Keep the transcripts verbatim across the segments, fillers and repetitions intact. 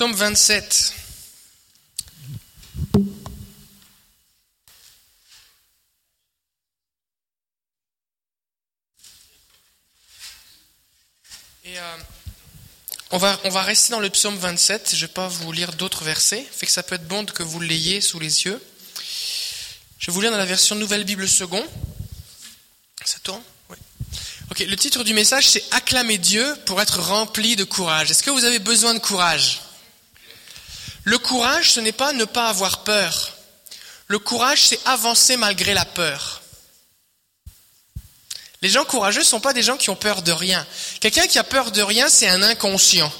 Psaume vingt-sept. Et euh, on va, on va rester dans le psaume vingt-sept. Je ne vais pas vous lire d'autres versets. Fait que ça peut être bon que vous l'ayez sous les yeux. Je vais vous lire dans la version Nouvelle Bible Second. Ça tourne ? Oui. Ok, le titre du message, c'est « Acclamer Dieu pour être rempli de courage ». Est-ce que vous avez besoin de courage ? Le courage, ce n'est pas ne pas avoir peur. Le courage, c'est avancer malgré la peur. Les gens courageux ne sont pas des gens qui ont peur de rien. Quelqu'un qui a peur de rien, c'est un inconscient.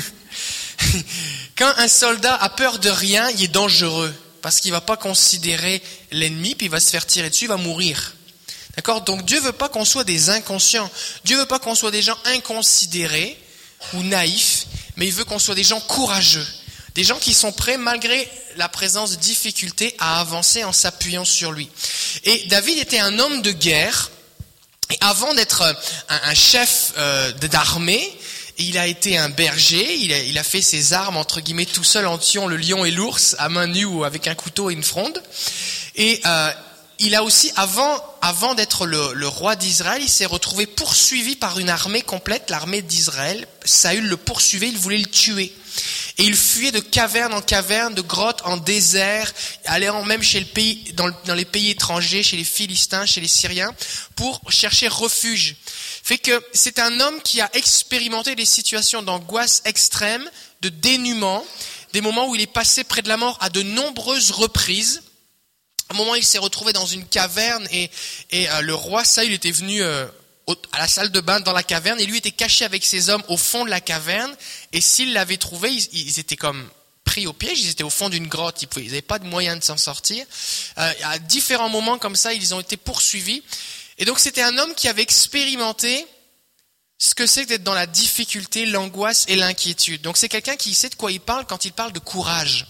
Quand un soldat a peur de rien, il est dangereux. Parce qu'il ne va pas considérer l'ennemi, puis il va se faire tirer dessus, il va mourir. D'accord ? Donc Dieu ne veut pas qu'on soit des inconscients. Dieu ne veut pas qu'on soit des gens inconsidérés ou naïfs, mais il veut qu'on soit des gens courageux. Des gens qui sont prêts, malgré la présence de difficultés, à avancer en s'appuyant sur lui. Et David était un homme de guerre. Et avant d'être un, un chef euh, d'armée, il a été un berger. Il a, il a fait ses armes, entre guillemets, tout seul en tuant le lion et l'ours à main nue ou avec un couteau et une fronde. Et euh, il a aussi, avant, avant d'être le, le roi d'Israël, il s'est retrouvé poursuivi par une armée complète, l'armée d'Israël. Saül le poursuivait, il voulait le tuer. Et il fuyait de caverne en caverne, de grotte en désert, allant même chez le pays, dans, le, dans les pays étrangers, chez les Philistins, chez les Syriens, pour chercher refuge. Fait que c'est un homme qui a expérimenté des situations d'angoisse extrême, de dénuement, des moments où il est passé près de la mort à de nombreuses reprises. À un moment, il s'est retrouvé dans une caverne et, et euh, le roi Saül était venu euh, au, à la salle de bain dans la caverne et lui était caché avec ses hommes au fond de la caverne. Et s'ils l'avaient trouvé, ils, ils étaient comme pris au piège, ils étaient au fond d'une grotte, ils n'avaient pas de moyen de s'en sortir. Euh, à différents moments comme ça, ils ont été poursuivis. Et donc c'était un homme qui avait expérimenté ce que c'est d'être dans la difficulté, l'angoisse et l'inquiétude. Donc c'est quelqu'un qui sait de quoi il parle quand il parle de courage.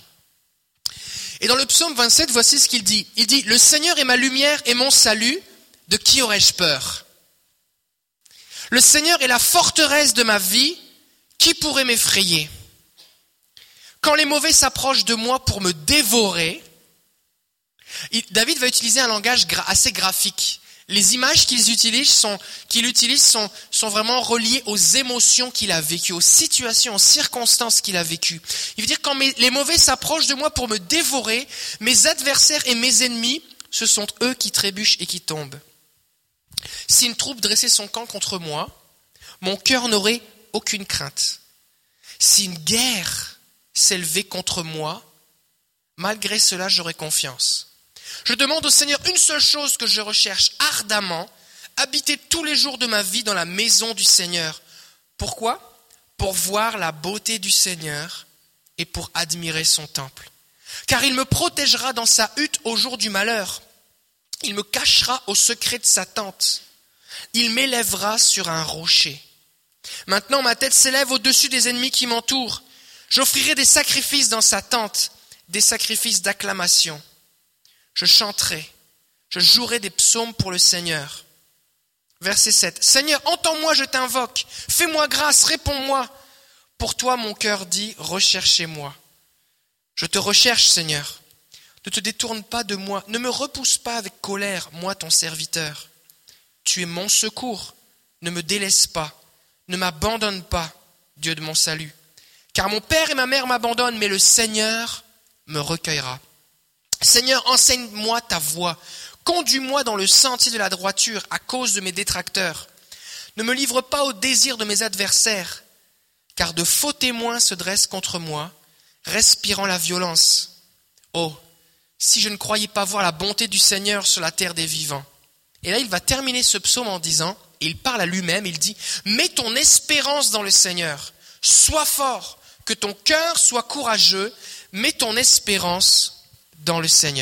Et dans le psaume vingt-sept, voici ce qu'il dit. Il dit « Le Seigneur est ma lumière et mon salut, de qui aurais-je peur ? Le Seigneur est la forteresse de ma vie, qui pourrait m'effrayer ? Quand les mauvais s'approchent de moi pour me dévorer », David va utiliser un langage assez graphique. Les images qu'ils utilisent sont, qu'il utilise sont, sont vraiment reliées aux émotions qu'il a vécues, aux situations, aux circonstances qu'il a vécues. Il veut dire quand mes, les mauvais s'approchent de moi pour me dévorer, mes adversaires et mes ennemis, ce sont eux qui trébuchent et qui tombent. Si une troupe dressait son camp contre moi, mon cœur n'aurait aucune crainte. Si une guerre s'élevait contre moi, malgré cela, j'aurais confiance. Je demande au Seigneur une seule chose que je recherche ardemment, habiter tous les jours de ma vie dans la maison du Seigneur. Pourquoi ? Pour voir la beauté du Seigneur et pour admirer son temple. Car il me protégera dans sa hutte au jour du malheur. Il me cachera au secret de sa tente. Il m'élèvera sur un rocher. Maintenant, ma tête s'élève au-dessus des ennemis qui m'entourent. J'offrirai des sacrifices dans sa tente, des sacrifices d'acclamation. Je chanterai, je jouerai des psaumes pour le Seigneur. Verset sept. Seigneur, entends-moi, je t'invoque. Fais-moi grâce, réponds-moi. Pour toi, mon cœur dit, recherchez-moi. Je te recherche, Seigneur. Ne te détourne pas de moi. Ne me repousse pas avec colère, moi, ton serviteur. Tu es mon secours. Ne me délaisse pas. Ne m'abandonne pas, Dieu de mon salut. Car mon père et ma mère m'abandonnent, mais le Seigneur me recueillera. Seigneur, enseigne-moi ta voie. Conduis-moi dans le sentier de la droiture à cause de mes détracteurs. Ne me livre pas au désir de mes adversaires, car de faux témoins se dressent contre moi, respirant la violence. Oh, si je ne croyais pas voir la bonté du Seigneur sur la terre des vivants. Et là, il va terminer ce psaume en disant, et il parle à lui-même, il dit, « Mets ton espérance dans le Seigneur, sois fort, que ton cœur soit courageux, mets ton espérance dans le Seigneur. »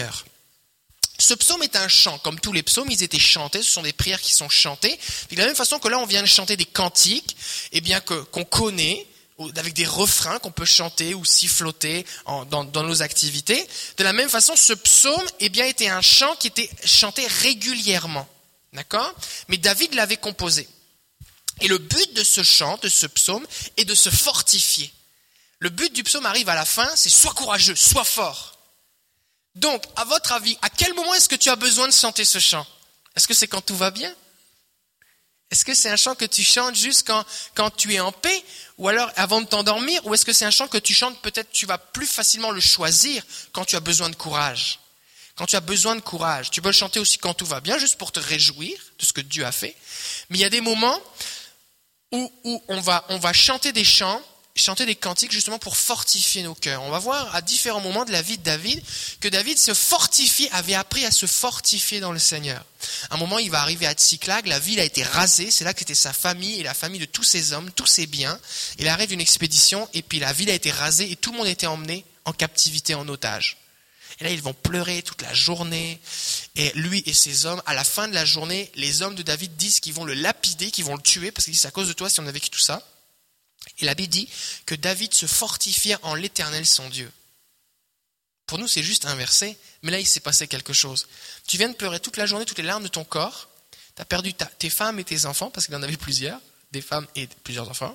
Ce psaume est un chant, comme tous les psaumes, ils étaient chantés, ce sont des prières qui sont chantées. De la même façon que là, on vient de chanter des cantiques, eh bien que, qu'on connaît, avec des refrains qu'on peut chanter ou siffloter en, dans, dans nos activités. De la même façon, ce psaume, eh bien, était un chant qui était chanté régulièrement. D'accord ? Mais David l'avait composé. Et le but de ce chant, de ce psaume, est de se fortifier. Le but du psaume arrive à la fin, c'est sois courageux, sois fort. Donc, à votre avis, à quel moment est-ce que tu as besoin de chanter ce chant? Est-ce que c'est quand tout va bien? Est-ce que c'est un chant que tu chantes juste quand, quand tu es en paix, ou alors avant de t'endormir, ou est-ce que c'est un chant que tu chantes, peut-être tu vas plus facilement le choisir quand tu as besoin de courage? Quand tu as besoin de courage, tu peux le chanter aussi quand tout va bien, juste pour te réjouir de ce que Dieu a fait. Mais il y a des moments où, où on va, on va chanter des chants, chanter des cantiques justement pour fortifier nos cœurs. On va voir à différents moments de la vie de David que David se fortifie, avait appris à se fortifier dans le Seigneur. À un moment, il va arriver à Tsiklag, la ville a été rasée, c'est là que était sa famille et la famille de tous ses hommes, tous ses biens. Il arrive une expédition et puis la ville a été rasée et tout le monde a été emmené en captivité, en otage. Et là, ils vont pleurer toute la journée. Et lui et ses hommes, à la fin de la journée, les hommes de David disent qu'ils vont le lapider, qu'ils vont le tuer, parce qu'ils disent c'est à cause de toi si on a vécu tout ça. Et la Bible dit que David se fortifia en l'Éternel son Dieu. Pour nous, c'est juste un verset, mais là, il s'est passé quelque chose. Tu viens de pleurer toute la journée, toutes les larmes de ton corps. Tu as perdu ta, tes femmes et tes enfants, parce qu'il en avait plusieurs, des femmes et plusieurs enfants.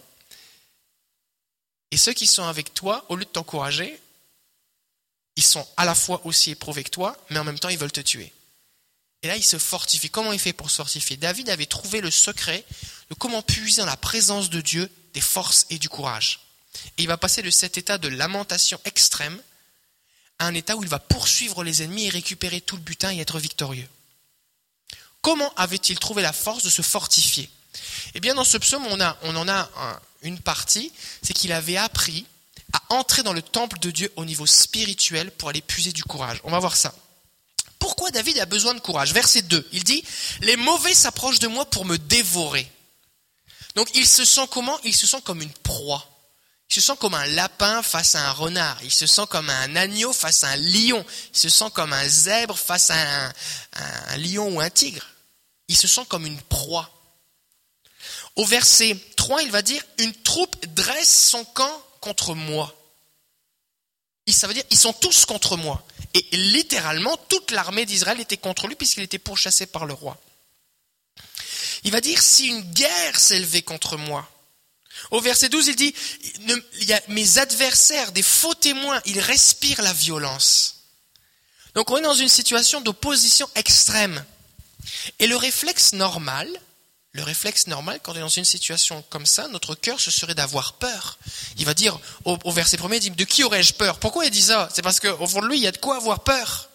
Et ceux qui sont avec toi, au lieu de t'encourager, ils sont à la fois aussi éprouvés que toi, mais en même temps, ils veulent te tuer. Et là, il se fortifie. Comment il fait pour se fortifier? David avait trouvé le secret de comment puiser dans la présence de Dieu des forces et du courage. Et il va passer de cet état de lamentation extrême à un état où il va poursuivre les ennemis et récupérer tout le butin et être victorieux. Comment avait-il trouvé la force de se fortifier? Eh bien, dans ce psaume, on, a, on en a un, une partie, c'est qu'il avait appris à entrer dans le temple de Dieu au niveau spirituel pour aller puiser du courage. On va voir ça. Pourquoi David a besoin de courage? Verset deux, il dit « Les mauvais s'approchent de moi pour me dévorer ». Donc il se sent comment? Il se sent comme une proie. Il se sent comme un lapin face à un renard. Il se sent comme un agneau face à un lion. Il se sent comme un zèbre face à un, un, un lion ou un tigre. Il se sent comme une proie. Au verset trois, il va dire « Une troupe dresse son camp contre moi ». Ça veut dire ils sont tous contre moi. Et littéralement, toute l'armée d'Israël était contre lui puisqu'il était pourchassé par le roi. Il va dire si une guerre s'élevait contre moi. Au verset douze, il dit il y a mes adversaires, des faux témoins, ils respirent la violence. Donc on est dans une situation d'opposition extrême. Et le réflexe normal, le réflexe normal, quand on est dans une situation comme ça, notre cœur, ce serait d'avoir peur. Il va dire, au, au verset premier, il dit, de qui aurais-je peur? Pourquoi il dit ça? C'est parce qu'au fond de lui, il y a de quoi avoir peur.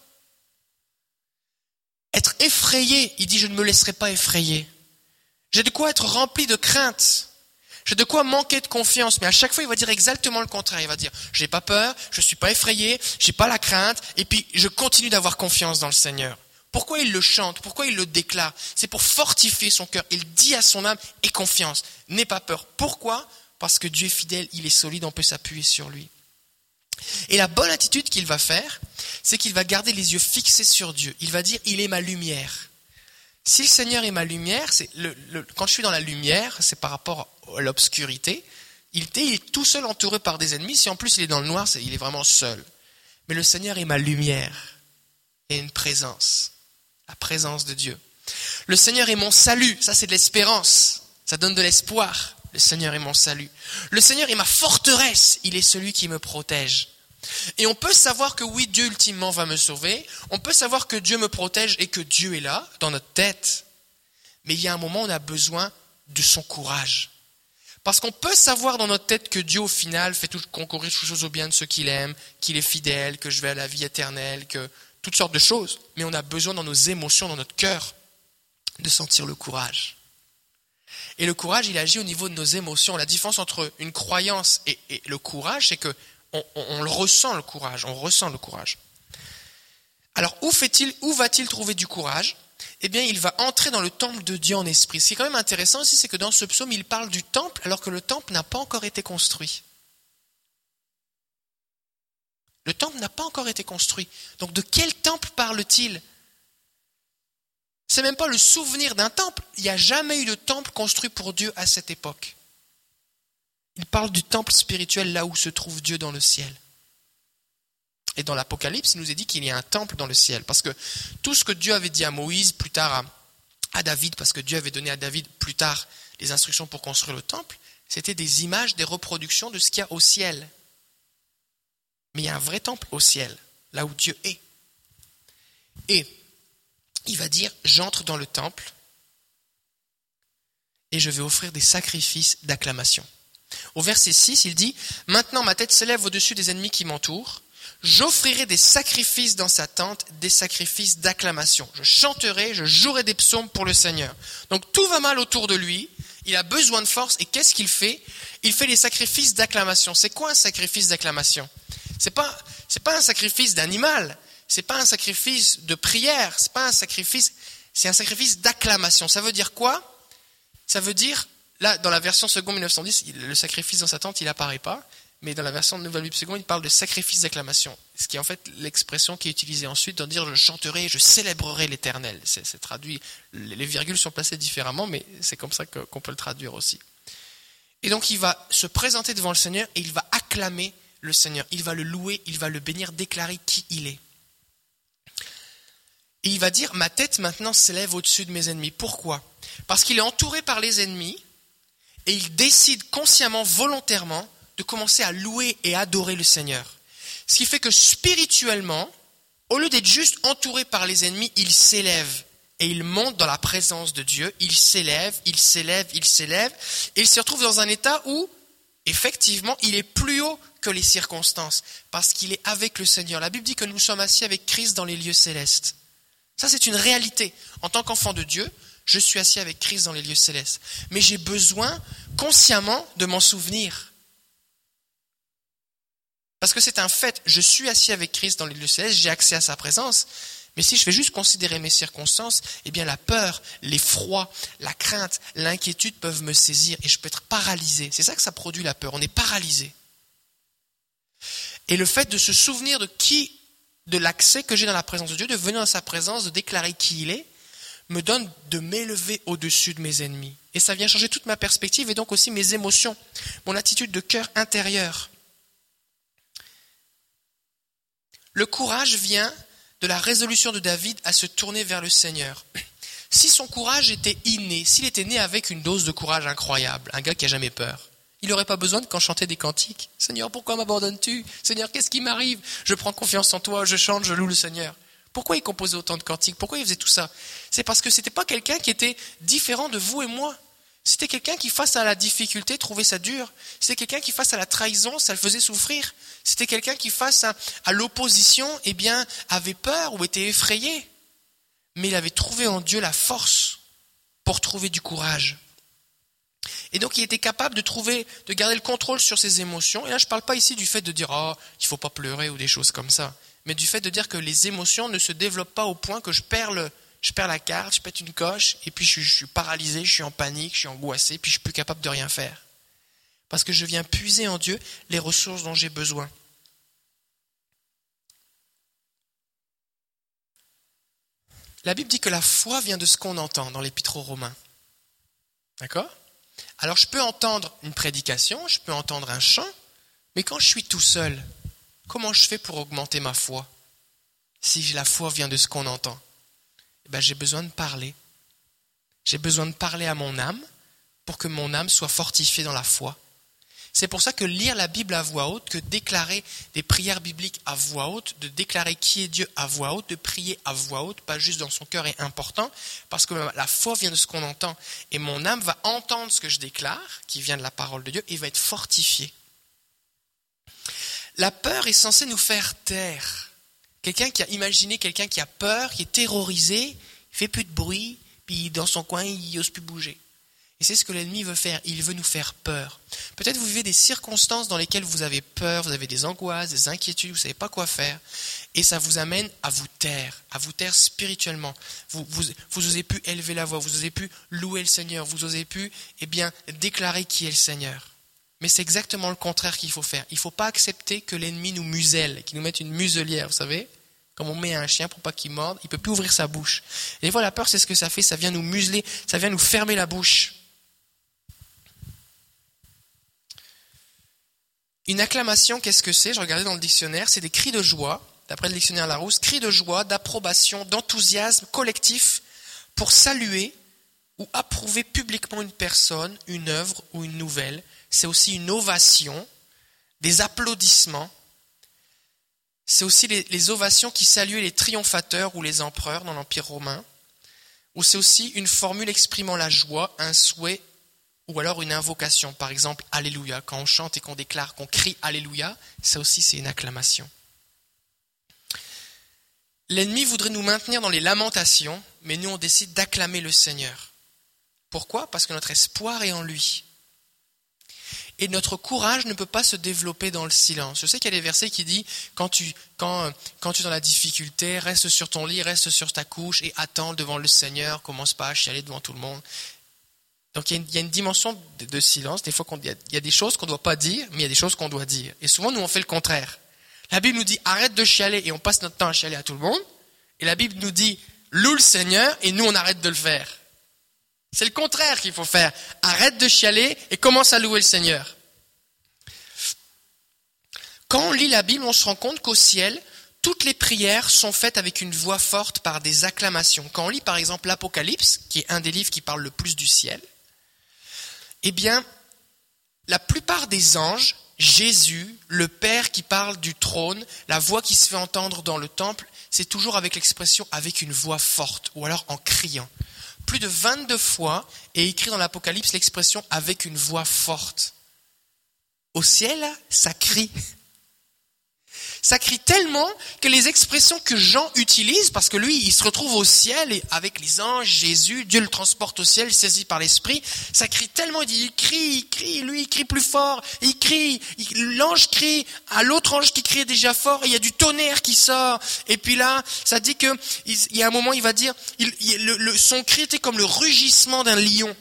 Être effrayé, il dit, je ne me laisserai pas effrayer. J'ai de quoi être rempli de crainte. J'ai de quoi manquer de confiance. Mais à chaque fois, il va dire exactement le contraire. Il va dire, j'ai pas peur, je suis pas effrayé, j'ai pas la crainte, et puis je continue d'avoir confiance dans le Seigneur. Pourquoi il le chante? Pourquoi il le déclare? C'est pour fortifier son cœur. Il dit à son âme, aie confiance, n'aie pas peur. Pourquoi? Parce que Dieu est fidèle, il est solide, on peut s'appuyer sur lui. Et la bonne attitude qu'il va faire, c'est qu'il va garder les yeux fixés sur Dieu. Il va dire, il est ma lumière. Si le Seigneur est ma lumière, c'est le, le, quand je suis dans la lumière, c'est par rapport à l'obscurité. Il, il est tout seul entouré par des ennemis. Si en plus il est dans le noir, c'est, il est vraiment seul. Mais le Seigneur est ma lumière et une présence. La présence de Dieu. Le Seigneur est mon salut. Ça, c'est de l'espérance. Ça donne de l'espoir. Le Seigneur est mon salut. Le Seigneur est ma forteresse. Il est celui qui me protège. Et on peut savoir que oui, Dieu ultimement va me sauver. On peut savoir que Dieu me protège et que Dieu est là, dans notre tête. Mais il y a un moment où on a besoin de son courage. Parce qu'on peut savoir dans notre tête que Dieu, au final, fait tout concourir toutes choses au bien de ceux qu'il aime, qu'il est fidèle, que je vais à la vie éternelle, que toutes sortes de choses, mais on a besoin dans nos émotions, dans notre cœur, de sentir le courage. Et le courage, il agit au niveau de nos émotions. La différence entre une croyance et, et le courage, c'est que on, on, on le ressent, le courage, on ressent le courage. Alors, où fait-il, où va-t-il trouver du courage? Eh bien, il va entrer dans le temple de Dieu en esprit. Ce qui est quand même intéressant aussi, c'est que dans ce psaume, il parle du temple, alors que le temple n'a pas encore été construit. Le temple n'a pas encore été construit. Donc de quel temple parle-t-il? C'est même pas le souvenir d'un temple. Il n'y a jamais eu de temple construit pour Dieu à cette époque. Il parle du temple spirituel là où se trouve Dieu dans le ciel. Et dans l'Apocalypse, il nous est dit qu'il y a un temple dans le ciel. Parce que tout ce que Dieu avait dit à Moïse, plus tard à, à David, parce que Dieu avait donné à David plus tard les instructions pour construire le temple, c'était des images, des reproductions de ce qu'il y a au ciel. mais il y a un vrai temple au ciel, là où Dieu est. Et il va dire, j'entre dans le temple et je vais offrir des sacrifices d'acclamation. Au verset six, il dit, maintenant ma tête s'élève au-dessus des ennemis qui m'entourent. J'offrirai des sacrifices dans sa tente, des sacrifices d'acclamation. Je chanterai, je jouerai des psaumes pour le Seigneur. Donc tout va mal autour de lui, il a besoin de force, et qu'est-ce qu'il fait? Il fait des sacrifices d'acclamation. C'est quoi un sacrifice d'acclamation? C'est pas, c'est pas un sacrifice d'animal, c'est pas un sacrifice de prière, c'est pas un sacrifice, c'est un sacrifice d'acclamation. Ça veut dire quoi? Ça veut dire, là, dans la version seconde mille neuf cent dix, le sacrifice dans sa tente, il n'apparaît pas. Mais dans la version de Nouvelle Bible seconde, il parle de sacrifice d'acclamation. Ce qui est en fait l'expression qui est utilisée ensuite dans dire « je chanterai, je célébrerai l'Éternel ». C'est, c'est traduit, les virgules sont placées différemment, mais c'est comme ça que, qu'on peut le traduire aussi. Et donc il va se présenter devant le Seigneur et il va acclamer le Seigneur. Il va le louer, il va le bénir, déclarer qui il est. Et il va dire « ma tête maintenant s'élève au-dessus de mes ennemis ». Pourquoi? Parce qu'il est entouré par les ennemis et il décide consciemment, volontairement, de commencer à louer et adorer le Seigneur. Ce qui fait que spirituellement, au lieu d'être juste entouré par les ennemis, il s'élève et il monte dans la présence de Dieu. Il s'élève, il s'élève, il s'élève et il se retrouve dans un état où, effectivement, il est plus haut que les circonstances parce qu'il est avec le Seigneur. La Bible dit que nous sommes assis avec Christ dans les lieux célestes. Ça, c'est une réalité. En tant qu'enfant de Dieu, je suis assis avec Christ dans les lieux célestes. Mais j'ai besoin consciemment de m'en souvenir. Parce que c'est un fait, je suis assis avec Christ dans les lieux célestes, j'ai accès à sa présence. Mais si je vais juste considérer mes circonstances, eh bien la peur, l'effroi, la crainte, l'inquiétude peuvent me saisir et je peux être paralysé. C'est ça que ça produit la peur, on est paralysé. Et le fait de se souvenir de qui, de l'accès que j'ai dans la présence de Dieu, de venir dans sa présence, de déclarer qui il est, me donne de m'élever au-dessus de mes ennemis. Et ça vient changer toute ma perspective et donc aussi mes émotions, mon attitude de cœur intérieur. Le courage vient de la résolution de David à se tourner vers le Seigneur. Si son courage était inné, s'il était né avec une dose de courage incroyable, un gars qui n'a jamais peur, il n'aurait pas besoin de quand chanter des cantiques. Seigneur, pourquoi m'abandonnes-tu? Seigneur, qu'est-ce qui m'arrive? Je prends confiance en toi, je chante, je loue le Seigneur. Pourquoi il composait autant de cantiques? Pourquoi il faisait tout ça? C'est parce que ce n'était pas quelqu'un qui était différent de vous et moi. C'était quelqu'un qui, face à la difficulté, trouvait ça dur. C'était quelqu'un qui, face à la trahison, ça le faisait souffrir. C'était quelqu'un qui, face à, à l'opposition, eh bien, avait peur ou était effrayé. Mais il avait trouvé en Dieu la force pour trouver du courage. Et donc, il était capable de trouver, de garder le contrôle sur ses émotions. Et là, je ne parle pas ici du fait de dire « oh, il ne faut pas pleurer » ou des choses comme ça. Mais du fait de dire que les émotions ne se développent pas au point que je perds le... Je perds la carte, je pète une coche, et puis je suis, je suis paralysé, je suis en panique, je suis angoissé, puis je suis plus capable de rien faire. Parce que je viens puiser en Dieu les ressources dont j'ai besoin. La Bible dit que la foi vient de ce qu'on entend dans l'Épître aux Romains. D'accord? Alors je peux entendre une prédication, je peux entendre un chant, mais quand je suis tout seul, comment je fais pour augmenter ma foi? Si la foi vient de ce qu'on entend. Ben, j'ai besoin de parler. J'ai besoin de parler à mon âme pour que mon âme soit fortifiée dans la foi. C'est pour ça que lire la Bible à voix haute, que déclarer des prières bibliques à voix haute, de déclarer qui est Dieu à voix haute, de prier à voix haute, pas juste dans son cœur, est important, parce que la foi vient de ce qu'on entend. Et mon âme va entendre ce que je déclare, qui vient de la parole de Dieu, et va être fortifiée. La peur est censée nous faire taire. Quelqu'un qui a imaginé, quelqu'un qui a peur, qui est terrorisé, il fait plus de bruit, puis dans son coin, il n'ose plus bouger. Et c'est ce que l'ennemi veut faire, il veut nous faire peur. Peut-être vous vivez des circonstances dans lesquelles vous avez peur, vous avez des angoisses, des inquiétudes, vous ne savez pas quoi faire, et ça vous amène à vous taire, à vous taire spirituellement. Vous, vous, vous osez plus élever la voix, vous osez plus louer le Seigneur, vous osez plus, eh bien, déclarer qui est le Seigneur. Mais c'est exactement le contraire qu'il faut faire. Il ne faut pas accepter que l'ennemi nous muselle, qu'il nous mette une muselière, vous savez, comme on met un chien pour pas qu'il morde, il ne peut plus ouvrir sa bouche. Et des fois, la peur, c'est ce que ça fait, ça vient nous museler, ça vient nous fermer la bouche. Une acclamation, qu'est-ce que c'est? Je regardais dans le dictionnaire, c'est des cris de joie, d'après le dictionnaire Larousse, cris de joie, d'approbation, d'enthousiasme collectif pour saluer ou approuver publiquement une personne, une œuvre ou une nouvelle. C'est aussi une ovation, des applaudissements. C'est aussi les, les ovations qui saluaient les triomphateurs ou les empereurs dans l'Empire romain. Ou c'est aussi une formule exprimant la joie, un souhait ou alors une invocation. Par exemple, Alléluia. Quand on chante et qu'on déclare, qu'on crie Alléluia, ça aussi c'est une acclamation. L'ennemi voudrait nous maintenir dans les lamentations, mais nous on décide d'acclamer le Seigneur. Pourquoi ? Parce que notre espoir est en lui. Et notre courage ne peut pas se développer dans le silence. Je sais qu'il y a des versets qui disent, quand tu, quand, quand tu es dans la difficulté, reste sur ton lit, reste sur ta couche et attends devant le Seigneur, commence pas à chialer devant tout le monde. Donc il y a une, il y a une dimension de, de silence. Des fois, il y, a, il y a des choses qu'on ne doit pas dire, mais il y a des choses qu'on doit dire. Et souvent, nous, on fait le contraire. La Bible nous dit, arrête de chialer, et on passe notre temps à chialer à tout le monde. Et la Bible nous dit, loue le Seigneur, et nous, on arrête de le faire. C'est le contraire qu'il faut faire. Arrête de chialer et commence à louer le Seigneur. Quand on lit la Bible, on se rend compte qu'au ciel, toutes les prières sont faites avec une voix forte par des acclamations. Quand on lit par exemple l'Apocalypse, qui est un des livres qui parle le plus du ciel, eh bien, la plupart des anges, Jésus, le Père qui parle du trône, la voix qui se fait entendre dans le temple, c'est toujours avec l'expression « avec une voix forte » ou alors en criant. Plus de vingt-deux fois est écrit dans l'Apocalypse l'expression « avec une voix forte ». Au ciel, ça crie. Ça crie tellement que les expressions que Jean utilise, parce que lui, il se retrouve au ciel et avec les anges, Jésus, Dieu le transporte au ciel, saisi par l'Esprit, ça crie tellement, il dit, il crie, il crie, lui, il crie plus fort, il crie, il, l'ange crie, à l'autre ange qui crie déjà fort, et il y a du tonnerre qui sort, et puis là, ça dit que, il, il y a un moment, il va dire, il, il, le, le, son cri était comme le rugissement d'un lion.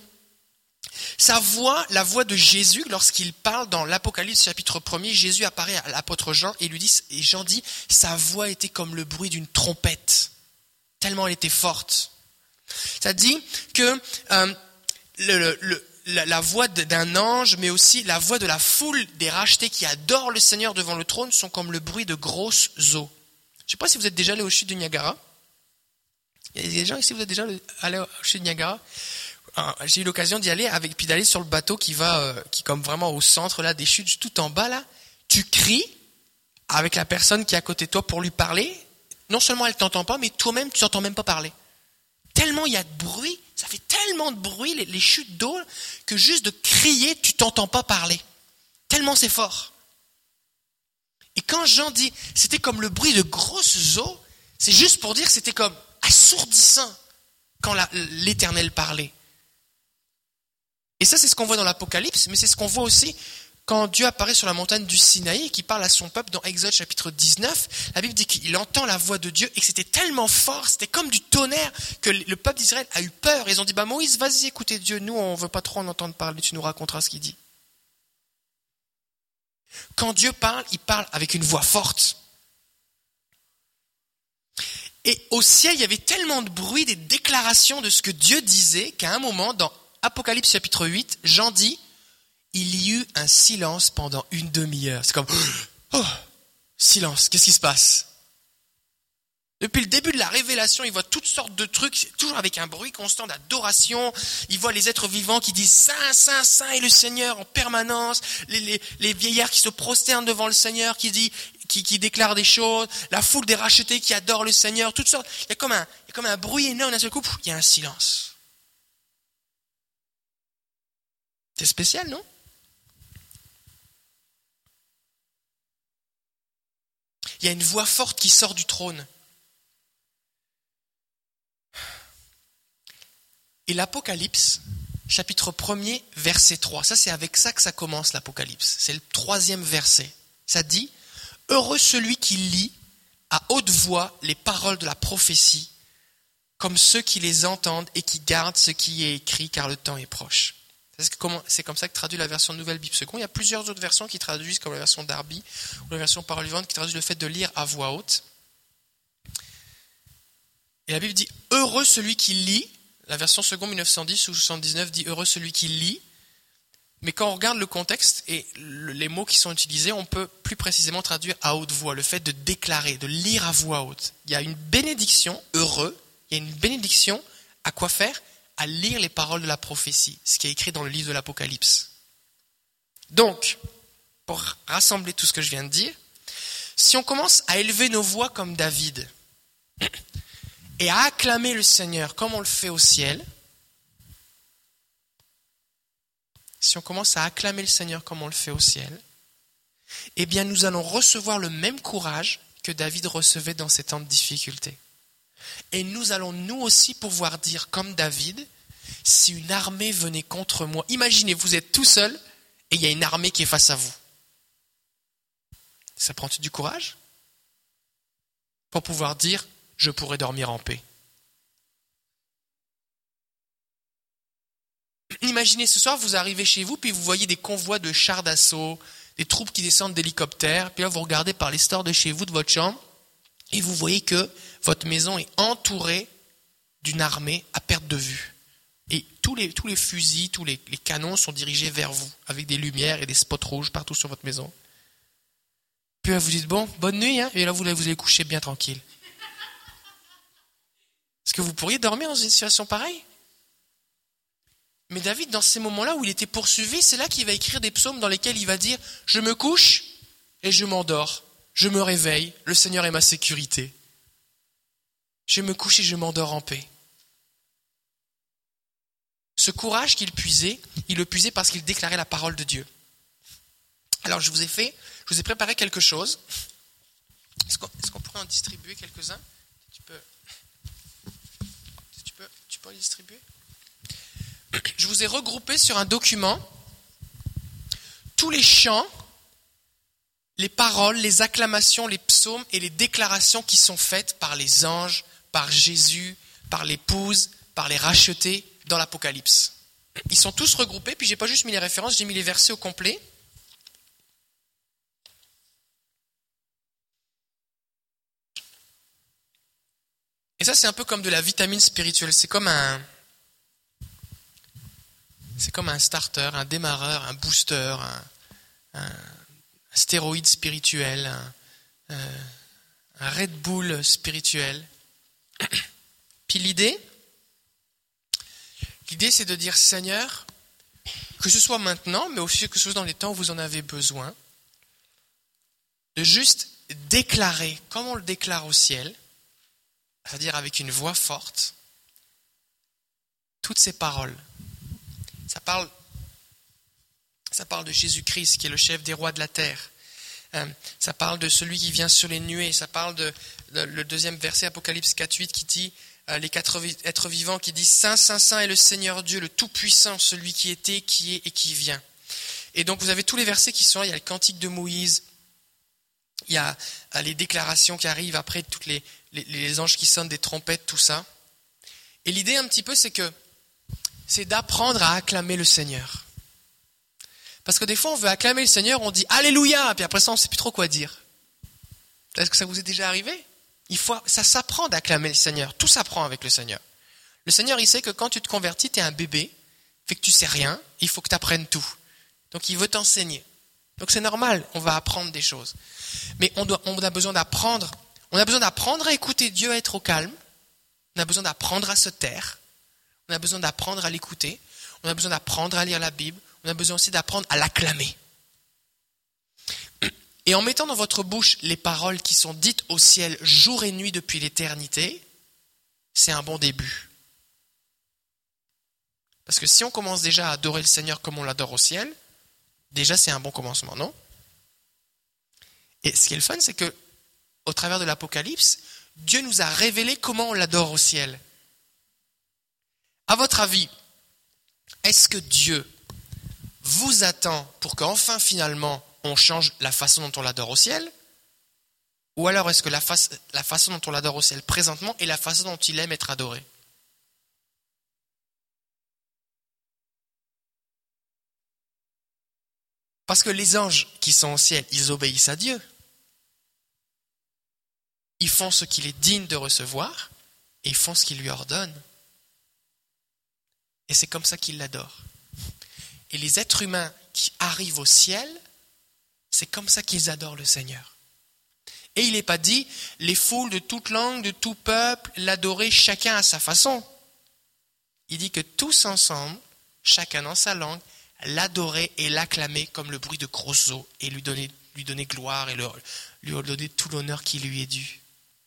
Sa voix, la voix de Jésus, lorsqu'il parle dans l'Apocalypse chapitre premier, Jésus apparaît à l'apôtre Jean et lui dit, et Jean dit, sa voix était comme le bruit d'une trompette, tellement elle était forte. Ça dit que euh, le, le, la, la voix d'un ange, mais aussi la voix de la foule des rachetés qui adorent le Seigneur devant le trône sont comme le bruit de grosses eaux. Je ne sais pas si vous êtes déjà allé aux chutes de Niagara. Il y a des gens ici, vous êtes déjà allés aux chutes de Niagara. J'ai eu l'occasion d'y aller avec, puis d'aller sur le bateau qui va, euh, qui est comme vraiment au centre là des chutes, tout en bas là. Tu cries avec la personne qui est à côté de toi pour lui parler. Non seulement elle t'entend pas, mais toi-même tu n'entends même pas parler. Tellement il y a de bruit, ça fait tellement de bruit les, les chutes d'eau que juste de crier tu t'entends pas parler. Tellement c'est fort. Et quand Jean dit c'était comme le bruit de grosses eaux, c'est juste pour dire que c'était comme assourdissant quand la, l'Éternel parlait. Et ça, c'est ce qu'on voit dans l'Apocalypse, mais c'est ce qu'on voit aussi quand Dieu apparaît sur la montagne du Sinaï et qu'il parle à son peuple dans Exode chapitre dix-neuf. La Bible dit qu'il entend la voix de Dieu et que c'était tellement fort, c'était comme du tonnerre, que le peuple d'Israël a eu peur. Ils ont dit, bah Moïse, vas-y, écoutez Dieu, nous, on veut pas trop en entendre parler, tu nous raconteras ce qu'il dit. Quand Dieu parle, il parle avec une voix forte. Et au ciel, il y avait tellement de bruit, des déclarations de ce que Dieu disait, qu'à un moment, dans Apocalypse chapitre huit, Jean dit, il y eut un silence pendant une demi-heure. C'est comme, oh, silence, qu'est-ce qui se passe ? Depuis le début de la révélation, il voit toutes sortes de trucs, toujours avec un bruit constant d'adoration. Il voit les êtres vivants qui disent Saint, Saint, Saint est le Seigneur en permanence. Les, les, les vieillards qui se prosternent devant le Seigneur, qui dit, qui, qui déclarent des choses. La foule des rachetés qui adorent le Seigneur, toutes sortes. Il y a comme un, il y a comme un bruit énorme d'un seul coup. Il y a un silence. C'est spécial, non ? Il y a une voix forte qui sort du trône. Et l'Apocalypse, chapitre premier, verset trois, ça c'est avec ça que ça commence l'Apocalypse. C'est le troisième verset. Ça dit, « Heureux celui qui lit à haute voix les paroles de la prophétie, comme ceux qui les entendent et qui gardent ce qui est écrit, car le temps est proche. » C'est comme ça que traduit la version Nouvelle Bible Seconde. Il y a plusieurs autres versions qui traduisent, comme la version Darby ou la version Parole vivante, qui traduisent le fait de lire à voix haute. Et la Bible dit « Heureux celui qui lit ». La version Seconde mille neuf cent dix ou soixante-dix-neuf dit « Heureux celui qui lit ». Mais quand on regarde le contexte et les mots qui sont utilisés, on peut plus précisément traduire à haute voix, le fait de déclarer, de lire à voix haute. Il y a une bénédiction, heureux, il y a une bénédiction à quoi faire ? À lire les paroles de la prophétie, ce qui est écrit dans le livre de l'Apocalypse. Donc, pour rassembler tout ce que je viens de dire, Si on commence à élever nos voix comme David et à acclamer le Seigneur comme on le fait au ciel, si on commence à acclamer le Seigneur comme on le fait au ciel, eh bien nous allons recevoir le même courage que David recevait dans ces temps de difficulté. Et nous allons nous aussi pouvoir dire comme David, si une armée venait contre moi, imaginez, vous êtes tout seul et il y a une armée qui est face à vous. Ça prend-tu du courage pour pouvoir dire, je pourrais dormir en paix? Imaginez ce soir, vous arrivez chez vous, puis vous voyez des convois de chars d'assaut, des troupes qui descendent d'hélicoptères, puis là vous regardez par les stores de chez vous, de votre chambre, et vous voyez que votre maison est entourée d'une armée à perte de vue. Et tous les, tous les fusils, tous les, les canons sont dirigés vers vous, avec des lumières et des spots rouges partout sur votre maison. Puis là vous dites, bon, bonne nuit, hein, et là vous, vous allez coucher bien tranquille. Est-ce que vous pourriez dormir dans une situation pareille? Mais David, dans ces moments-là où il était poursuivi, c'est là qu'il va écrire des psaumes dans lesquels il va dire « Je me couche et je m'endors, je me réveille, le Seigneur est ma sécurité. Je me couche et je m'endors en paix. » Ce courage qu'il puisait, il le puisait parce qu'il déclarait la parole de Dieu. Alors je vous ai fait, je vous ai préparé quelque chose. Est-ce qu'on, est-ce qu'on pourrait en distribuer quelques-uns? Tu peux, tu peux, tu peux en distribuer? Je vous ai regroupé sur un document tous les chants, les paroles, les acclamations, les psaumes et les déclarations qui sont faites par les anges, par Jésus, par l'épouse, par les rachetés dans l'Apocalypse. Ils sont tous regroupés, puis j'ai pas juste mis les références, j'ai mis les versets au complet. Et ça, c'est un peu comme de la vitamine spirituelle. C'est comme un... C'est comme un starter, un démarreur, un booster, un, un stéroïde spirituel, un, un, un Red Bull spirituel. Puis l'idée, l'idée c'est de dire, Seigneur, que ce soit maintenant, mais aussi que ce soit dans les temps où vous en avez besoin, de juste déclarer, comme on le déclare au ciel, c'est-à-dire avec une voix forte, toutes ces paroles. Ça parle, ça parle de Jésus-Christ qui est le chef des rois de la terre. Euh, ça parle de celui qui vient sur les nuées. Ça parle de, de le deuxième verset, Apocalypse quatre huit, qui dit euh, les quatre êtres vivants qui disent Saint, Saint, Saint est le Seigneur Dieu, le Tout-Puissant, celui qui était, qui est et qui vient. Et donc vous avez tous les versets qui sont là. Il y a le cantique de Moïse. Il y a euh, les déclarations qui arrivent après, toutes les, les, les anges qui sonnent des trompettes, tout ça. Et l'idée un petit peu, c'est que c'est d'apprendre à acclamer le Seigneur. Parce que des fois, on veut acclamer le Seigneur, on dit « Alléluia !» puis après ça, on ne sait plus trop quoi dire. Est-ce que ça vous est déjà arrivé? Il faut, ça s'apprend d'acclamer le Seigneur. Tout s'apprend avec le Seigneur. Le Seigneur, il sait que quand tu te convertis, tu es un bébé, fait que tu sais rien, il faut que tu apprennes tout. Donc, il veut t'enseigner. Donc, c'est normal, on va apprendre des choses. Mais on, doit, on a besoin d'apprendre. On a besoin d'apprendre à écouter Dieu, à être au calme. On a besoin d'apprendre à se taire. On a besoin d'apprendre à l'écouter. On a besoin d'apprendre à lire la Bible. On a besoin aussi d'apprendre à l'acclamer. Et en mettant dans votre bouche les paroles qui sont dites au ciel jour et nuit depuis l'éternité, c'est un bon début. Parce que si on commence déjà à adorer le Seigneur comme on l'adore au ciel, déjà c'est un bon commencement, non? Et ce qui est le fun, c'est que au travers de l'Apocalypse, Dieu nous a révélé comment on l'adore au ciel. À votre avis, est-ce que Dieu vous attend pour qu'enfin, finalement, on change la façon dont on l'adore au ciel? Ou alors est-ce que la, fa- la façon dont on l'adore au ciel présentement est la façon dont il aime être adoré? Parce que les anges qui sont au ciel, ils obéissent à Dieu. Ils font ce qu'il est digne de recevoir et ils font ce qu'il lui ordonne. Et c'est comme ça qu'ils l'adorent. Et les êtres humains qui arrivent au ciel, c'est comme ça qu'ils adorent le Seigneur. Et il n'est pas dit, les foules de toute langue, de tout peuple, l'adorer chacun à sa façon. Il dit que tous ensemble, chacun dans sa langue, l'adorer et l'acclamer comme le bruit de grosses eaux et lui donner, lui donner gloire et le, lui donner tout l'honneur qui lui est dû.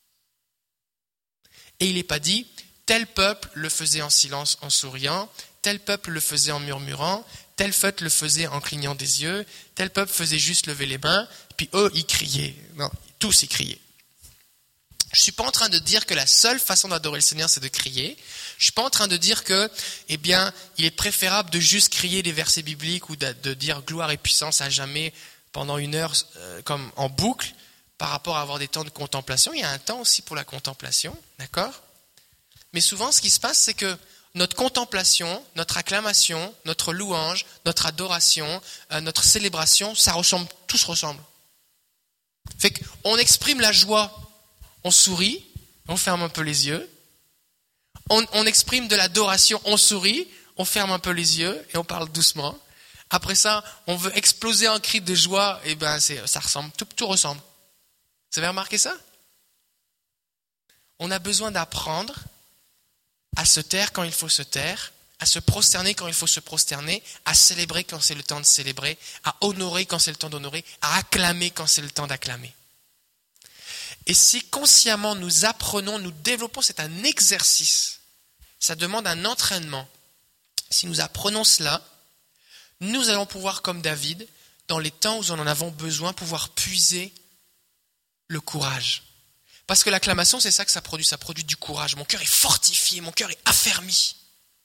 Et il n'est pas dit, tel peuple le faisait en silence, en souriant, tel peuple le faisait en murmurant, tel peuple le faisait en clignant des yeux, tel peuple faisait juste lever les mains, puis eux, ils criaient. Non, tous ils criaient. Je ne suis pas en train de dire que la seule façon d'adorer le Seigneur, c'est de crier. Je ne suis pas en train de dire que, eh bien, il est préférable de juste crier des versets bibliques ou de, de dire gloire et puissance à jamais pendant une heure, euh, comme en boucle, par rapport à avoir des temps de contemplation. Il y a un temps aussi pour la contemplation, d'accord ? Mais souvent, ce qui se passe, c'est que notre contemplation, notre acclamation, notre louange, notre adoration, euh, notre célébration, ça ressemble, tout se ressemble. Fait qu'on exprime la joie, on sourit, on ferme un peu les yeux. On, on exprime de l'adoration, on sourit, on ferme un peu les yeux et on parle doucement. Après ça, on veut exploser en cri de joie, et ben c'est, ça ressemble, tout, tout ressemble. Vous avez remarqué ça ? On a besoin d'apprendre à se taire quand il faut se taire, à se prosterner quand il faut se prosterner, à célébrer quand c'est le temps de célébrer, à honorer quand c'est le temps d'honorer, à acclamer quand c'est le temps d'acclamer. Et si consciemment nous apprenons, nous développons, c'est un exercice, ça demande un entraînement. Si nous apprenons cela, nous allons pouvoir, comme David, dans les temps où nous en avons besoin, pouvoir puiser le courage. Parce que l'acclamation, c'est ça que ça produit, ça produit du courage. Mon cœur est fortifié, mon cœur est affermi.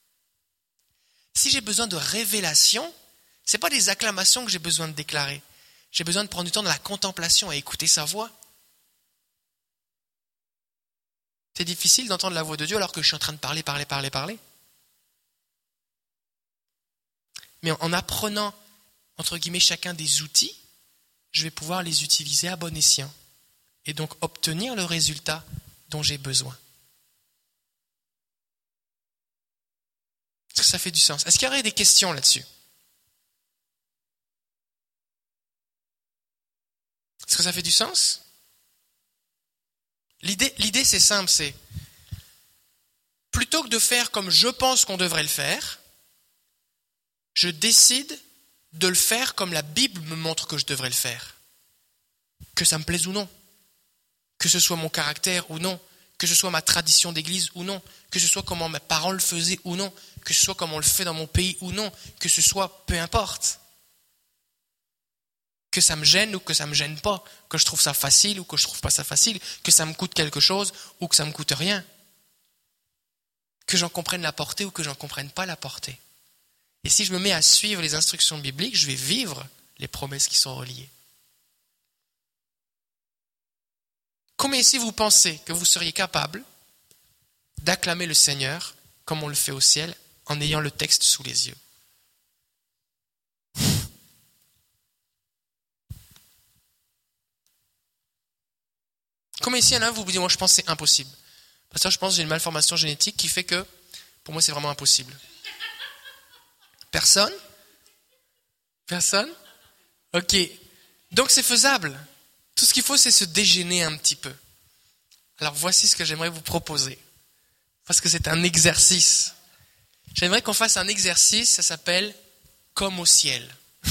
Si j'ai besoin de révélation, ce n'est pas des acclamations que j'ai besoin de déclarer. J'ai besoin de prendre du temps dans la contemplation et écouter sa voix. C'est difficile d'entendre la voix de Dieu alors que je suis en train de parler, parler, parler, parler. Mais en apprenant, entre guillemets, chacun des outils, je vais pouvoir les utiliser à bon escient et donc obtenir le résultat dont j'ai besoin. Est-ce que ça fait du sens ? Est-ce qu'il y aurait des questions là-dessus ? Est-ce que ça fait du sens ? L'idée, l'idée, c'est simple, c'est plutôt que de faire comme je pense qu'on devrait le faire, je décide de le faire comme la Bible me montre que je devrais le faire. Que ça me plaise ou non, que ce soit mon caractère ou non, que ce soit ma tradition d'église ou non, que ce soit comment mes parents le faisaient ou non, que ce soit comme on le fait dans mon pays ou non, que ce soit peu importe. Que ça me gêne ou que ça me gêne pas, que je trouve ça facile ou que je trouve pas ça facile, que ça me coûte quelque chose ou que ça me coûte rien. Que j'en comprenne la portée ou que j'en comprenne pas la portée. Et si je me mets à suivre les instructions bibliques, je vais vivre les promesses qui sont reliées. Combien ici vous pensez que vous seriez capable d'acclamer le Seigneur comme on le fait au ciel en ayant le texte sous les yeux ? Combien ici il y en a, vous vous dites, moi je pense que c'est impossible. Parce que je pense que j'ai une malformation génétique qui fait que pour moi c'est vraiment impossible. Personne ? Personne ? Ok. Donc c'est faisable. Tout ce qu'il faut, c'est se dégêner un petit peu. Alors voici ce que j'aimerais vous proposer. Parce que c'est un exercice. J'aimerais qu'on fasse un exercice, ça s'appelle « Comme au ciel ».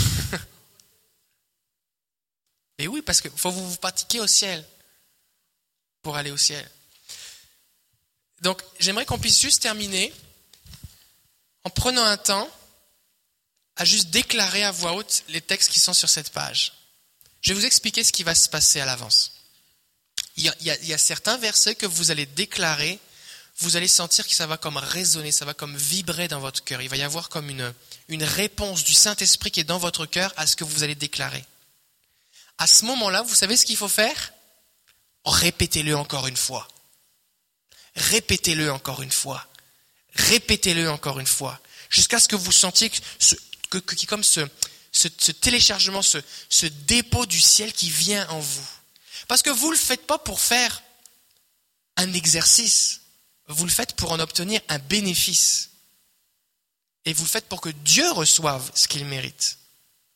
Et oui, parce qu'il faut vous, vous pratiquer au ciel pour aller au ciel. Donc j'aimerais qu'on puisse juste terminer en prenant un temps à juste déclarer à voix haute les textes qui sont sur cette page. Je vais vous expliquer ce qui va se passer à l'avance. Il y a, il y a, il y a certains versets que vous allez déclarer, vous allez sentir que ça va comme résonner, ça va comme vibrer dans votre cœur. Il va y avoir comme une, une réponse du Saint-Esprit qui est dans votre cœur à ce que vous allez déclarer. À ce moment-là, vous savez ce qu'il faut faire ? Répétez-le encore une fois. Répétez-le encore une fois. Répétez-le encore une fois. Jusqu'à ce que vous sentiez que, ce, que, que comme ce, ce, ce téléchargement, ce, ce dépôt du ciel qui vient en vous. Parce que vous ne le faites pas pour faire un exercice. Vous le faites pour en obtenir un bénéfice. Et vous le faites pour que Dieu reçoive ce qu'il mérite. D'accord ?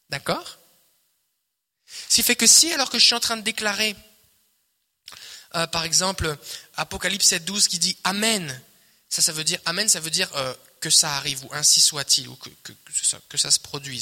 Ce qui fait que si, alors que je suis en train de déclarer, euh, par exemple, Apocalypse sept douze qui dit « Amen », ça, ça veut dire « Amen », ça veut dire euh, que ça arrive, ou « ainsi soit-il », ou que, que, que, ça, que ça se produise.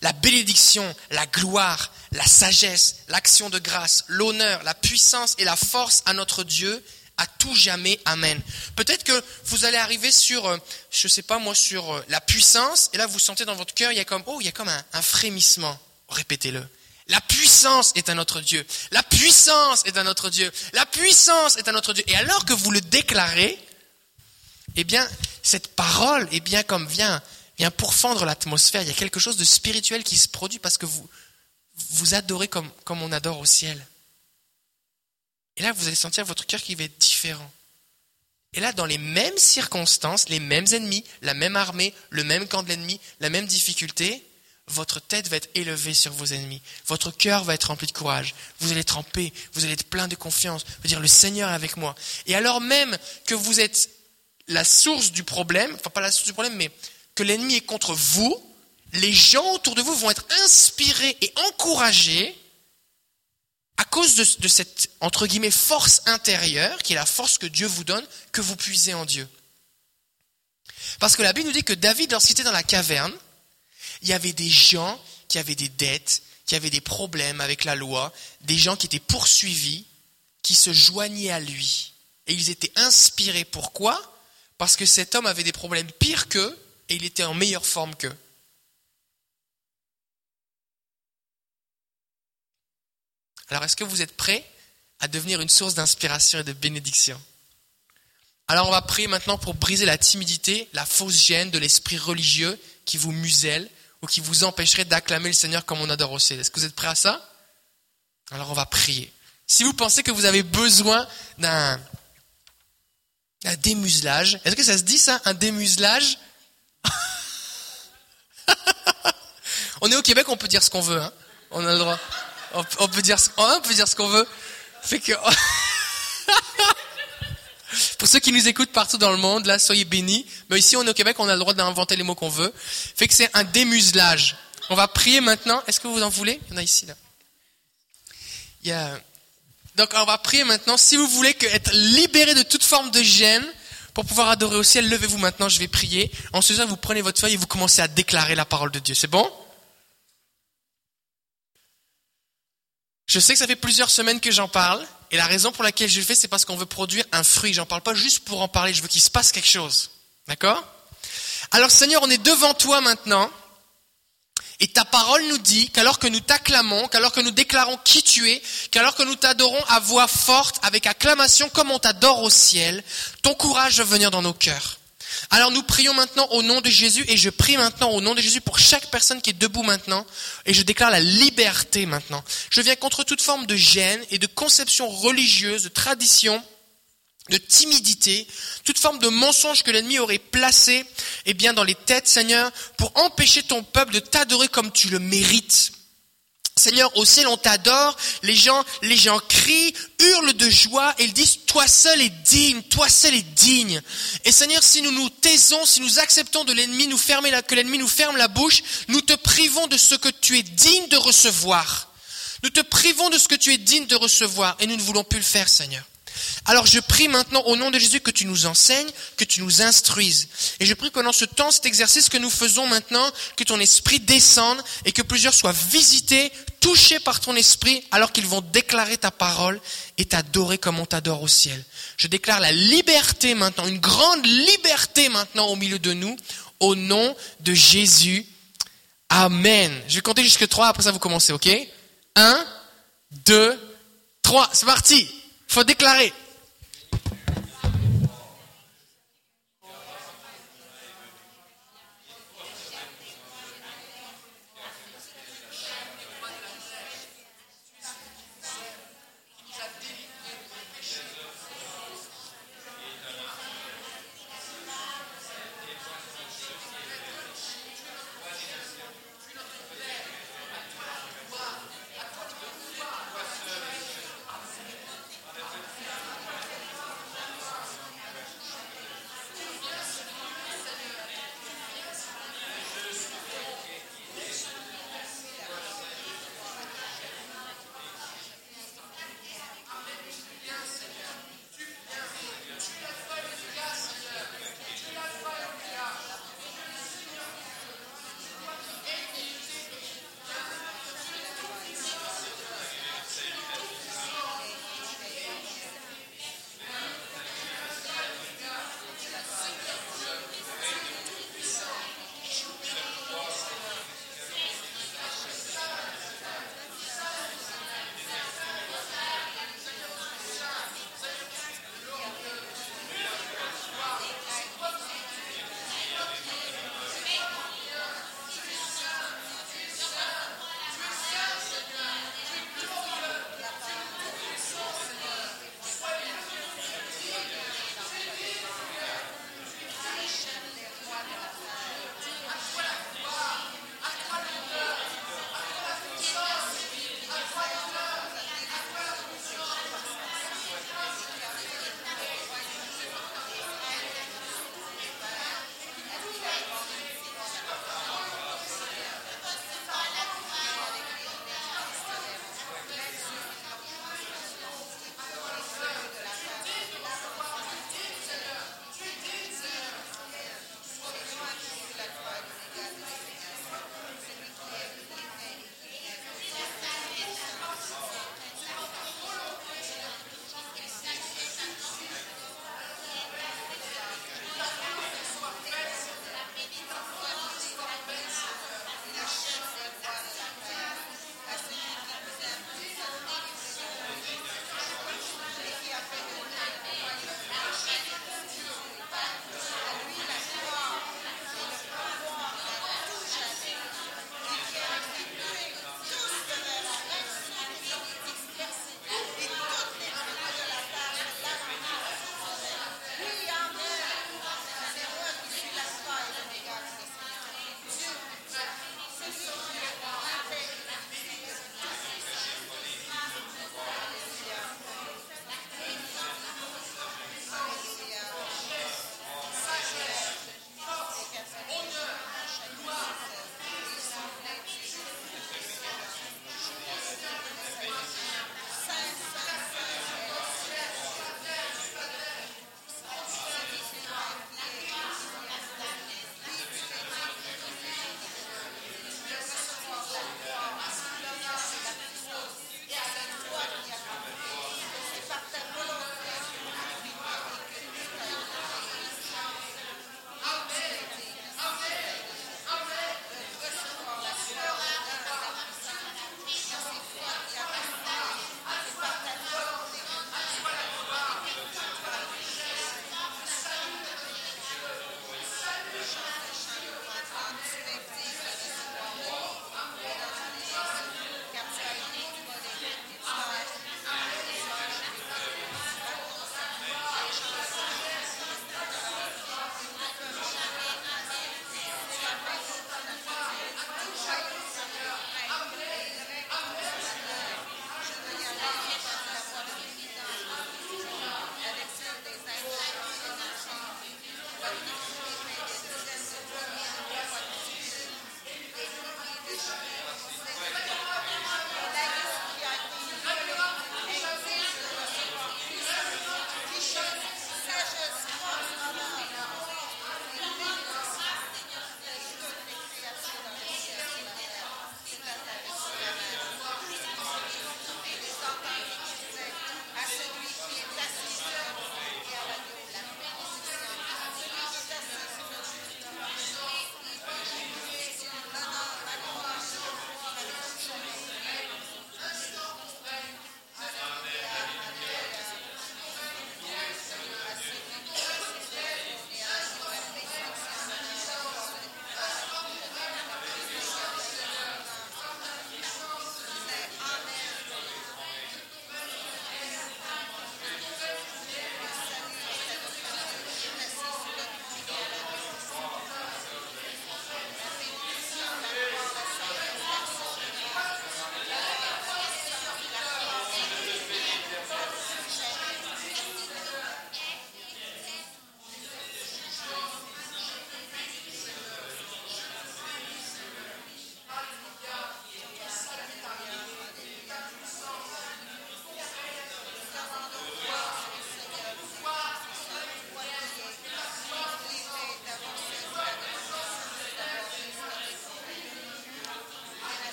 La bénédiction, la gloire, la sagesse, l'action de grâce, l'honneur, la puissance et la force à notre Dieu à tout jamais. Amen. Peut-être que vous allez arriver sur, je sais pas moi, sur la puissance, et là vous sentez dans votre cœur, il y a comme, oh, il y a comme un, un frémissement. Répétez-le. La puissance est à notre Dieu. La puissance est à notre Dieu. La puissance est à notre Dieu. Et alors que vous le déclarez, eh bien, cette parole, eh bien, comme vient, vient pourfendre l'atmosphère. Il y a quelque chose de spirituel qui se produit parce que vous, vous adorez comme, comme on adore au ciel. Et là, vous allez sentir votre cœur qui va être différent. Et là, dans les mêmes circonstances, les mêmes ennemis, la même armée, le même camp de l'ennemi, la même difficulté, votre tête va être élevée sur vos ennemis. Votre cœur va être rempli de courage. Vous allez être en paix. Vous allez être plein de confiance. Vous dire, le Seigneur est avec moi. Et alors même que vous êtes la source du problème, enfin pas la source du problème, mais que l'ennemi est contre vous, les gens autour de vous vont être inspirés et encouragés à cause de, de cette, entre guillemets, force intérieure, qui est la force que Dieu vous donne, que vous puisez en Dieu. Parce que la Bible nous dit que David, lorsqu'il était dans la caverne, il y avait des gens qui avaient des dettes, qui avaient des problèmes avec la loi, des gens qui étaient poursuivis, qui se joignaient à lui. Et ils étaient inspirés. Pourquoi ? Parce que cet homme avait des problèmes pires qu'eux, et il était en meilleure forme qu'eux. Alors, est-ce que vous êtes prêts à devenir une source d'inspiration et de bénédiction ? Alors, on va prier maintenant pour briser la timidité, la fausse gêne de l'esprit religieux qui vous muselle ou qui vous empêcherait d'acclamer le Seigneur comme on adore au ciel. Est-ce que vous êtes prêts à ça ? Alors, on va prier. Si vous pensez que vous avez besoin d'un, d'un démuselage, est-ce que ça se dit ça, un démuselage ? On est au Québec, on peut dire ce qu'on veut, hein ? On a le droit. On peut dire, on peut dire ce qu'on veut. Fait que, pour ceux qui nous écoutent partout dans le monde, là, soyez bénis. Mais ici, on est au Québec, on a le droit d'inventer les mots qu'on veut. Fait que c'est un démuselage. On va prier maintenant. Est-ce que vous en voulez ? Il y en a ici, là. Il y a... Donc, on va prier maintenant. Si vous voulez que, être libéré de toute forme de gêne pour pouvoir adorer au ciel, levez-vous maintenant, je vais prier. En ce temps, vous prenez votre feuille et vous commencez à déclarer la parole de Dieu. C'est bon ? Je sais que ça fait plusieurs semaines que j'en parle, et la raison pour laquelle je le fais, c'est parce qu'on veut produire un fruit. J'en parle pas juste pour en parler, je veux qu'il se passe quelque chose. D'accord ? Alors Seigneur, on est devant toi maintenant, et ta parole nous dit qu'alors que nous t'acclamons, qu'alors que nous déclarons qui tu es, qu'alors que nous t'adorons à voix forte, avec acclamation comme on t'adore au ciel, ton courage va venir dans nos cœurs. Alors nous prions maintenant au nom de Jésus, et je prie maintenant au nom de Jésus pour chaque personne qui est debout maintenant, et je déclare la liberté maintenant. Je viens contre toute forme de gêne et de conception religieuse, de tradition, de timidité, toute forme de mensonge que l'ennemi aurait placé, eh bien, dans les têtes, Seigneur, pour empêcher ton peuple de t'adorer comme tu le mérites. Seigneur, au ciel, on t'adore, les gens, les gens crient, hurlent de joie et ils disent, toi seul es digne, toi seul es digne. Et Seigneur, si nous nous taisons, si nous acceptons de l'ennemi, nous fermer la, que l'ennemi nous ferme la bouche, nous te privons de ce que tu es digne de recevoir. Nous te privons de ce que tu es digne de recevoir et nous ne voulons plus le faire, Seigneur. Alors je prie maintenant au nom de Jésus que tu nous enseignes, que tu nous instruises. Et je prie que pendant ce temps, cet exercice que nous faisons maintenant, que ton esprit descende et que plusieurs soient visités, touchés par ton esprit, alors qu'ils vont déclarer ta parole et t'adorer comme on t'adore au ciel. Je déclare la liberté maintenant, une grande liberté maintenant au milieu de nous, au nom de Jésus. Amen. Je vais compter jusqu'à trois, après ça vous commencez, ok ? Un, deux, trois, c'est parti. Il faut déclarer.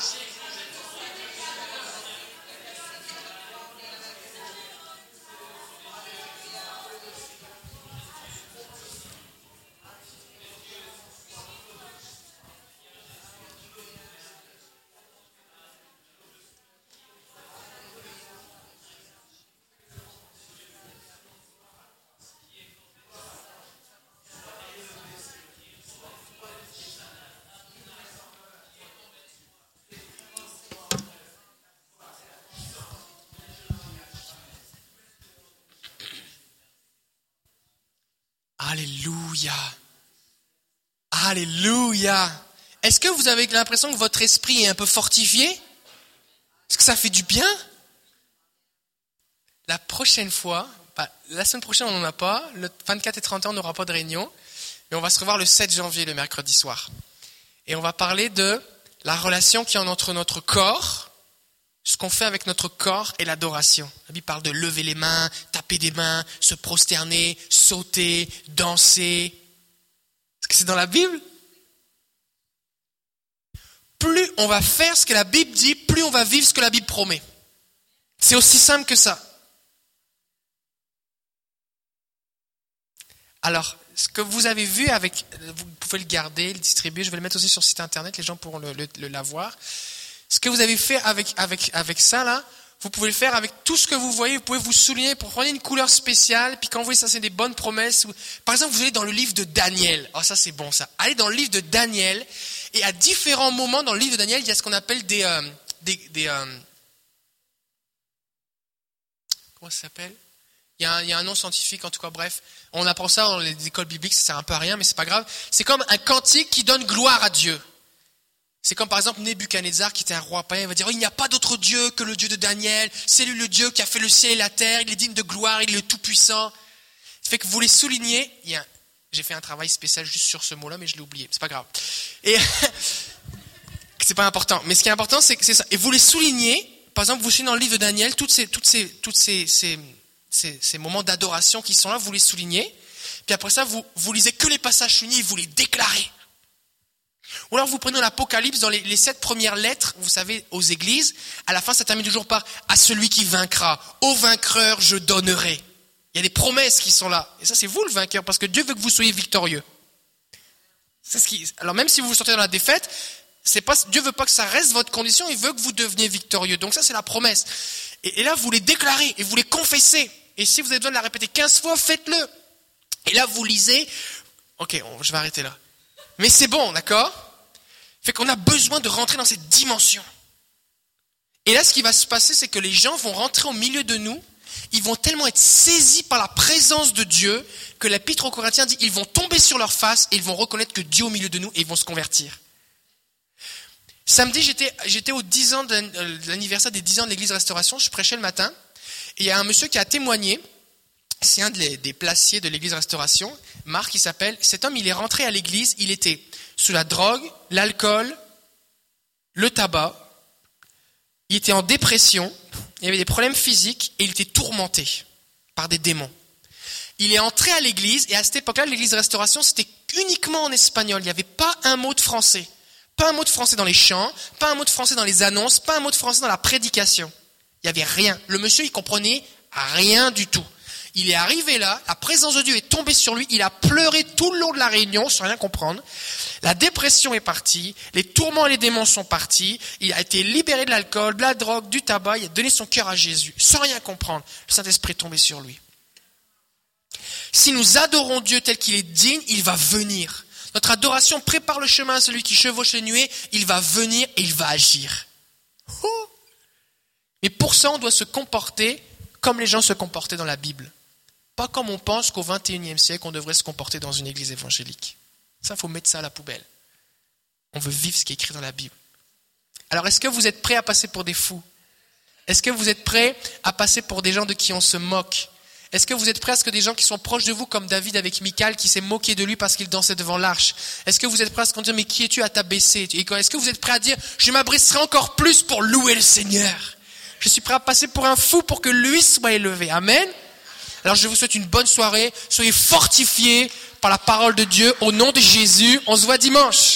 Alléluia. Alléluia. Est-ce que vous avez l'impression que votre esprit est un peu fortifié? Est-ce que ça fait du bien? La prochaine fois, bah, la semaine prochaine on n'en a pas, le vingt-quatre et trente et un on n'aura pas de réunion, mais on va se revoir le sept janvier, le mercredi soir. Et on va parler de la relation qu'il y a entre notre corps, ce qu'on fait avec notre corps et l'adoration. La Bible parle de lever les mains, taper des mains, se prosterner, sauter, danser. Est-ce que c'est dans la Bible? Plus on va faire ce que la Bible dit, plus on va vivre ce que la Bible promet. C'est aussi simple que ça. Alors, ce que vous avez vu avec, vous pouvez le garder, le distribuer, je vais le mettre aussi sur le site internet, les gens pourront le, le, le l'avoir. Ce que vous avez fait avec, avec, avec ça là, vous pouvez le faire avec tout ce que vous voyez, vous pouvez vous souligner pour prendre une couleur spéciale, puis quand vous voyez ça c'est des bonnes promesses. Par exemple, vous allez dans le livre de Daniel, oh ça c'est bon ça, allez dans le livre de Daniel, et à différents moments dans le livre de Daniel, il y a ce qu'on appelle des... Euh, des, des euh, comment ça s'appelle? Il y, a un, il y a un nom scientifique en tout cas, bref, on apprend ça dans les écoles bibliques, ça sert un peu à rien, mais c'est pas grave. C'est comme un cantique qui donne gloire à Dieu. C'est comme par exemple Nebuchadnezzar qui était un roi païen, il va dire oh, il n'y a pas d'autre Dieu que le Dieu de Daniel, c'est lui le Dieu qui a fait le ciel et la terre, il est digne de gloire, il est le tout-puissant. Ça fait que vous les soulignez, il y a, j'ai fait un travail spécial juste sur ce mot-là, mais je l'ai oublié, c'est pas grave. Et c'est pas important, mais ce qui est important c'est que c'est ça. Et vous les soulignez, par exemple vous soulignez dans le livre de Daniel, toutes ces, toutes ces, toutes ces, ces, ces, ces moments d'adoration qui sont là, vous les soulignez, puis après ça vous, vous lisez que les passages soulignés et vous les déclarez. Ou alors vous prenez l'Apocalypse dans les, les sept premières lettres, vous savez, aux églises, à la fin ça termine toujours par « à celui qui vaincra, au vainqueur je donnerai ». Il y a des promesses qui sont là. Et ça c'est vous le vainqueur, parce que Dieu veut que vous soyez victorieux. C'est ce qui... Alors même si vous vous sortez dans la défaite, c'est pas... Dieu veut pas que ça reste votre condition, il veut que vous deveniez victorieux. Donc ça c'est la promesse. Et, et là vous les déclarez, et vous les confessez. Et si vous avez besoin de la répéter quinze fois, faites-le. Et là vous lisez... Ok, on... je vais arrêter là. Mais c'est bon, d'accord? Fait qu'on a besoin de rentrer dans cette dimension. Et là, ce qui va se passer, c'est que les gens vont rentrer au milieu de nous, ils vont tellement être saisis par la présence de Dieu, que l'Épître aux Corinthiens dit, ils vont tomber sur leur face et ils vont reconnaître que Dieu est au milieu de nous et ils vont se convertir. Samedi, j'étais, j'étais aux dix ans de l'anniversaire des dix ans de l'église Restauration, je prêchais le matin, et il y a un monsieur qui a témoigné, c'est un des, des placiers de l'église Restauration, Marc il s'appelle, cet homme il est rentré à l'église, il était sous la drogue, l'alcool, le tabac, il était en dépression, il avait des problèmes physiques et il était tourmenté par des démons. Il est entré à l'église et à cette époque-là, l'église Restauration c'était uniquement en espagnol, il n'y avait pas un mot de français. Pas un mot de français dans les chants, pas un mot de français dans les annonces, pas un mot de français dans la prédication. Il n'y avait rien. Le monsieur il comprenait rien du tout. Il est arrivé là, la présence de Dieu est tombée sur lui, il a pleuré tout le long de la réunion sans rien comprendre. La dépression est partie, les tourments et les démons sont partis, il a été libéré de l'alcool, de la drogue, du tabac, il a donné son cœur à Jésus, sans rien comprendre. Le Saint-Esprit est tombé sur lui. Si nous adorons Dieu tel qu'il est digne, il va venir. Notre adoration prépare le chemin à celui qui chevauche les nuées, il va venir et il va agir. Oh. Mais pour ça, on doit se comporter comme les gens se comportaient dans la Bible. Pas comme on pense qu'au vingt et unième siècle, on devrait se comporter dans une église évangélique. Ça, il faut mettre ça à la poubelle. On veut vivre ce qui est écrit dans la Bible. Alors, est-ce que vous êtes prêts à passer pour des fous? Est-ce que vous êtes prêts à passer pour des gens de qui on se moque? Est-ce que vous êtes prêts à ce que des gens qui sont proches de vous, comme David avec Michal, qui s'est moqué de lui parce qu'il dansait devant l'arche? Est-ce que vous êtes prêts à ce qu'on dise, mais qui es-tu à t'abaisser? Est-ce que vous êtes prêts à dire, je m'abaisserai encore plus pour louer le Seigneur? Je suis prêt à passer pour un fou pour que lui soit élevé. Amen. Alors je vous souhaite une bonne soirée. Soyez fortifiés par la parole de Dieu. Au nom de Jésus, on se voit dimanche.